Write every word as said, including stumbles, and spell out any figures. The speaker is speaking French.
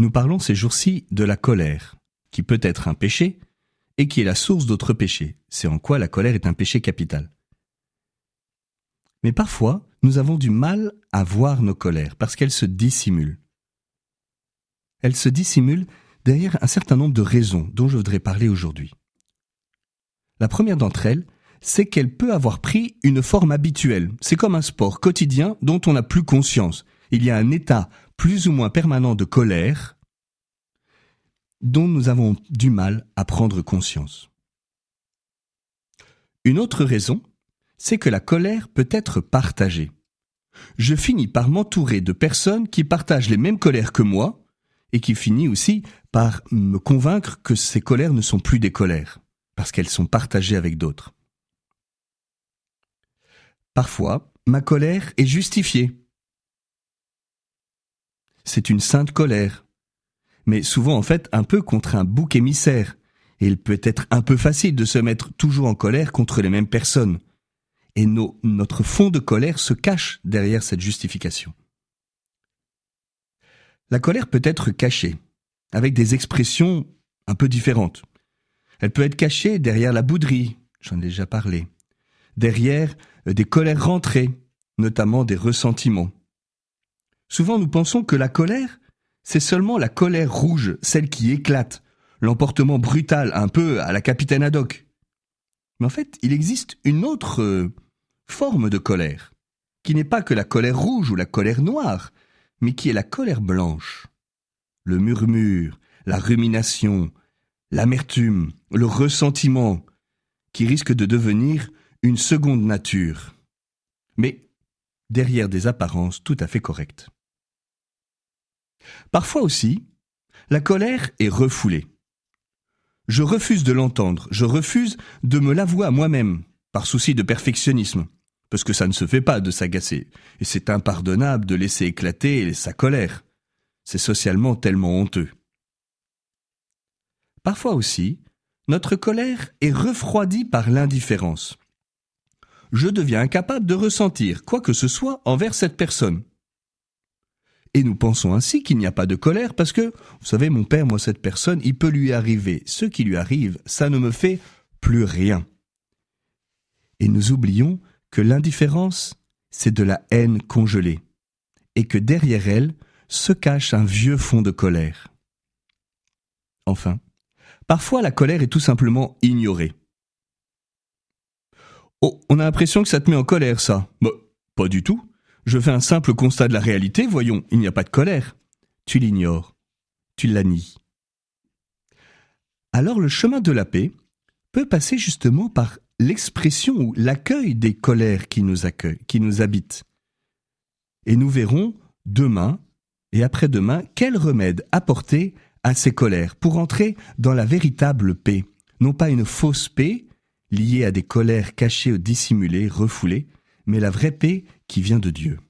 Nous parlons ces jours-ci de la colère, qui peut être un péché et qui est la source d'autres péchés. C'est en quoi la colère est un péché capital. Mais parfois, nous avons du mal à voir nos colères parce qu'elles se dissimulent. Elles se dissimulent derrière un certain nombre de raisons dont je voudrais parler aujourd'hui. La première d'entre elles, c'est qu'elle peut avoir pris une forme habituelle. C'est comme un sport quotidien dont on n'a plus conscience. Il y a un état plus ou moins permanent de colère dont nous avons du mal à prendre conscience. Une autre raison, c'est que la colère peut être partagée. Je finis par m'entourer de personnes qui partagent les mêmes colères que moi et qui finissent aussi par me convaincre que ces colères ne sont plus des colères, parce qu'elles sont partagées avec d'autres. Parfois, ma colère est justifiée. C'est une sainte colère, mais souvent en fait un peu contre un bouc émissaire. Et il peut être un peu facile de se mettre toujours en colère contre les mêmes personnes. Et nos, notre fond de colère se cache derrière cette justification. La colère peut être cachée, avec des expressions un peu différentes. Elle peut être cachée derrière la bouderie, j'en ai déjà parlé, derrière des colères rentrées, notamment des ressentiments. Souvent nous pensons que la colère, c'est seulement la colère rouge, celle qui éclate, l'emportement brutal, un peu à la Capitaine Haddock. Mais en fait, il existe une autre euh, forme de colère, qui n'est pas que la colère rouge ou la colère noire, mais qui est la colère blanche. Le murmure, la rumination, l'amertume, le ressentiment, qui risque de devenir une seconde nature, mais derrière des apparences tout à fait correctes. Parfois aussi, la colère est refoulée. Je refuse de l'entendre, je refuse de me l'avouer à moi-même, par souci de perfectionnisme, parce que ça ne se fait pas de s'agacer, et c'est impardonnable de laisser éclater sa colère. C'est socialement tellement honteux. Parfois aussi, notre colère est refroidie par l'indifférence. Je deviens incapable de ressentir quoi que ce soit envers cette personne. Et nous pensons ainsi qu'il n'y a pas de colère parce que, vous savez, mon père, moi, cette personne, il peut lui arriver ce qui lui arrive, ça ne me fait plus rien. Et nous oublions que l'indifférence, c'est de la haine congelée, et que derrière elle se cache un vieux fond de colère. Enfin, parfois la colère est tout simplement ignorée. Oh, on a l'impression que ça te met en colère, ça. Bah, pas du tout. Je fais un simple constat de la réalité, voyons, il n'y a pas de colère. Tu l'ignores, tu la nies. Alors le chemin de la paix peut passer justement par l'expression ou l'accueil des colères qui nous accueillent, qui nous habitent. Et nous verrons demain et après-demain quel remède apporter à ces colères pour entrer dans la véritable paix. Non pas une fausse paix liée à des colères cachées ou dissimulées, refoulées, mais la vraie paix qui vient de Dieu.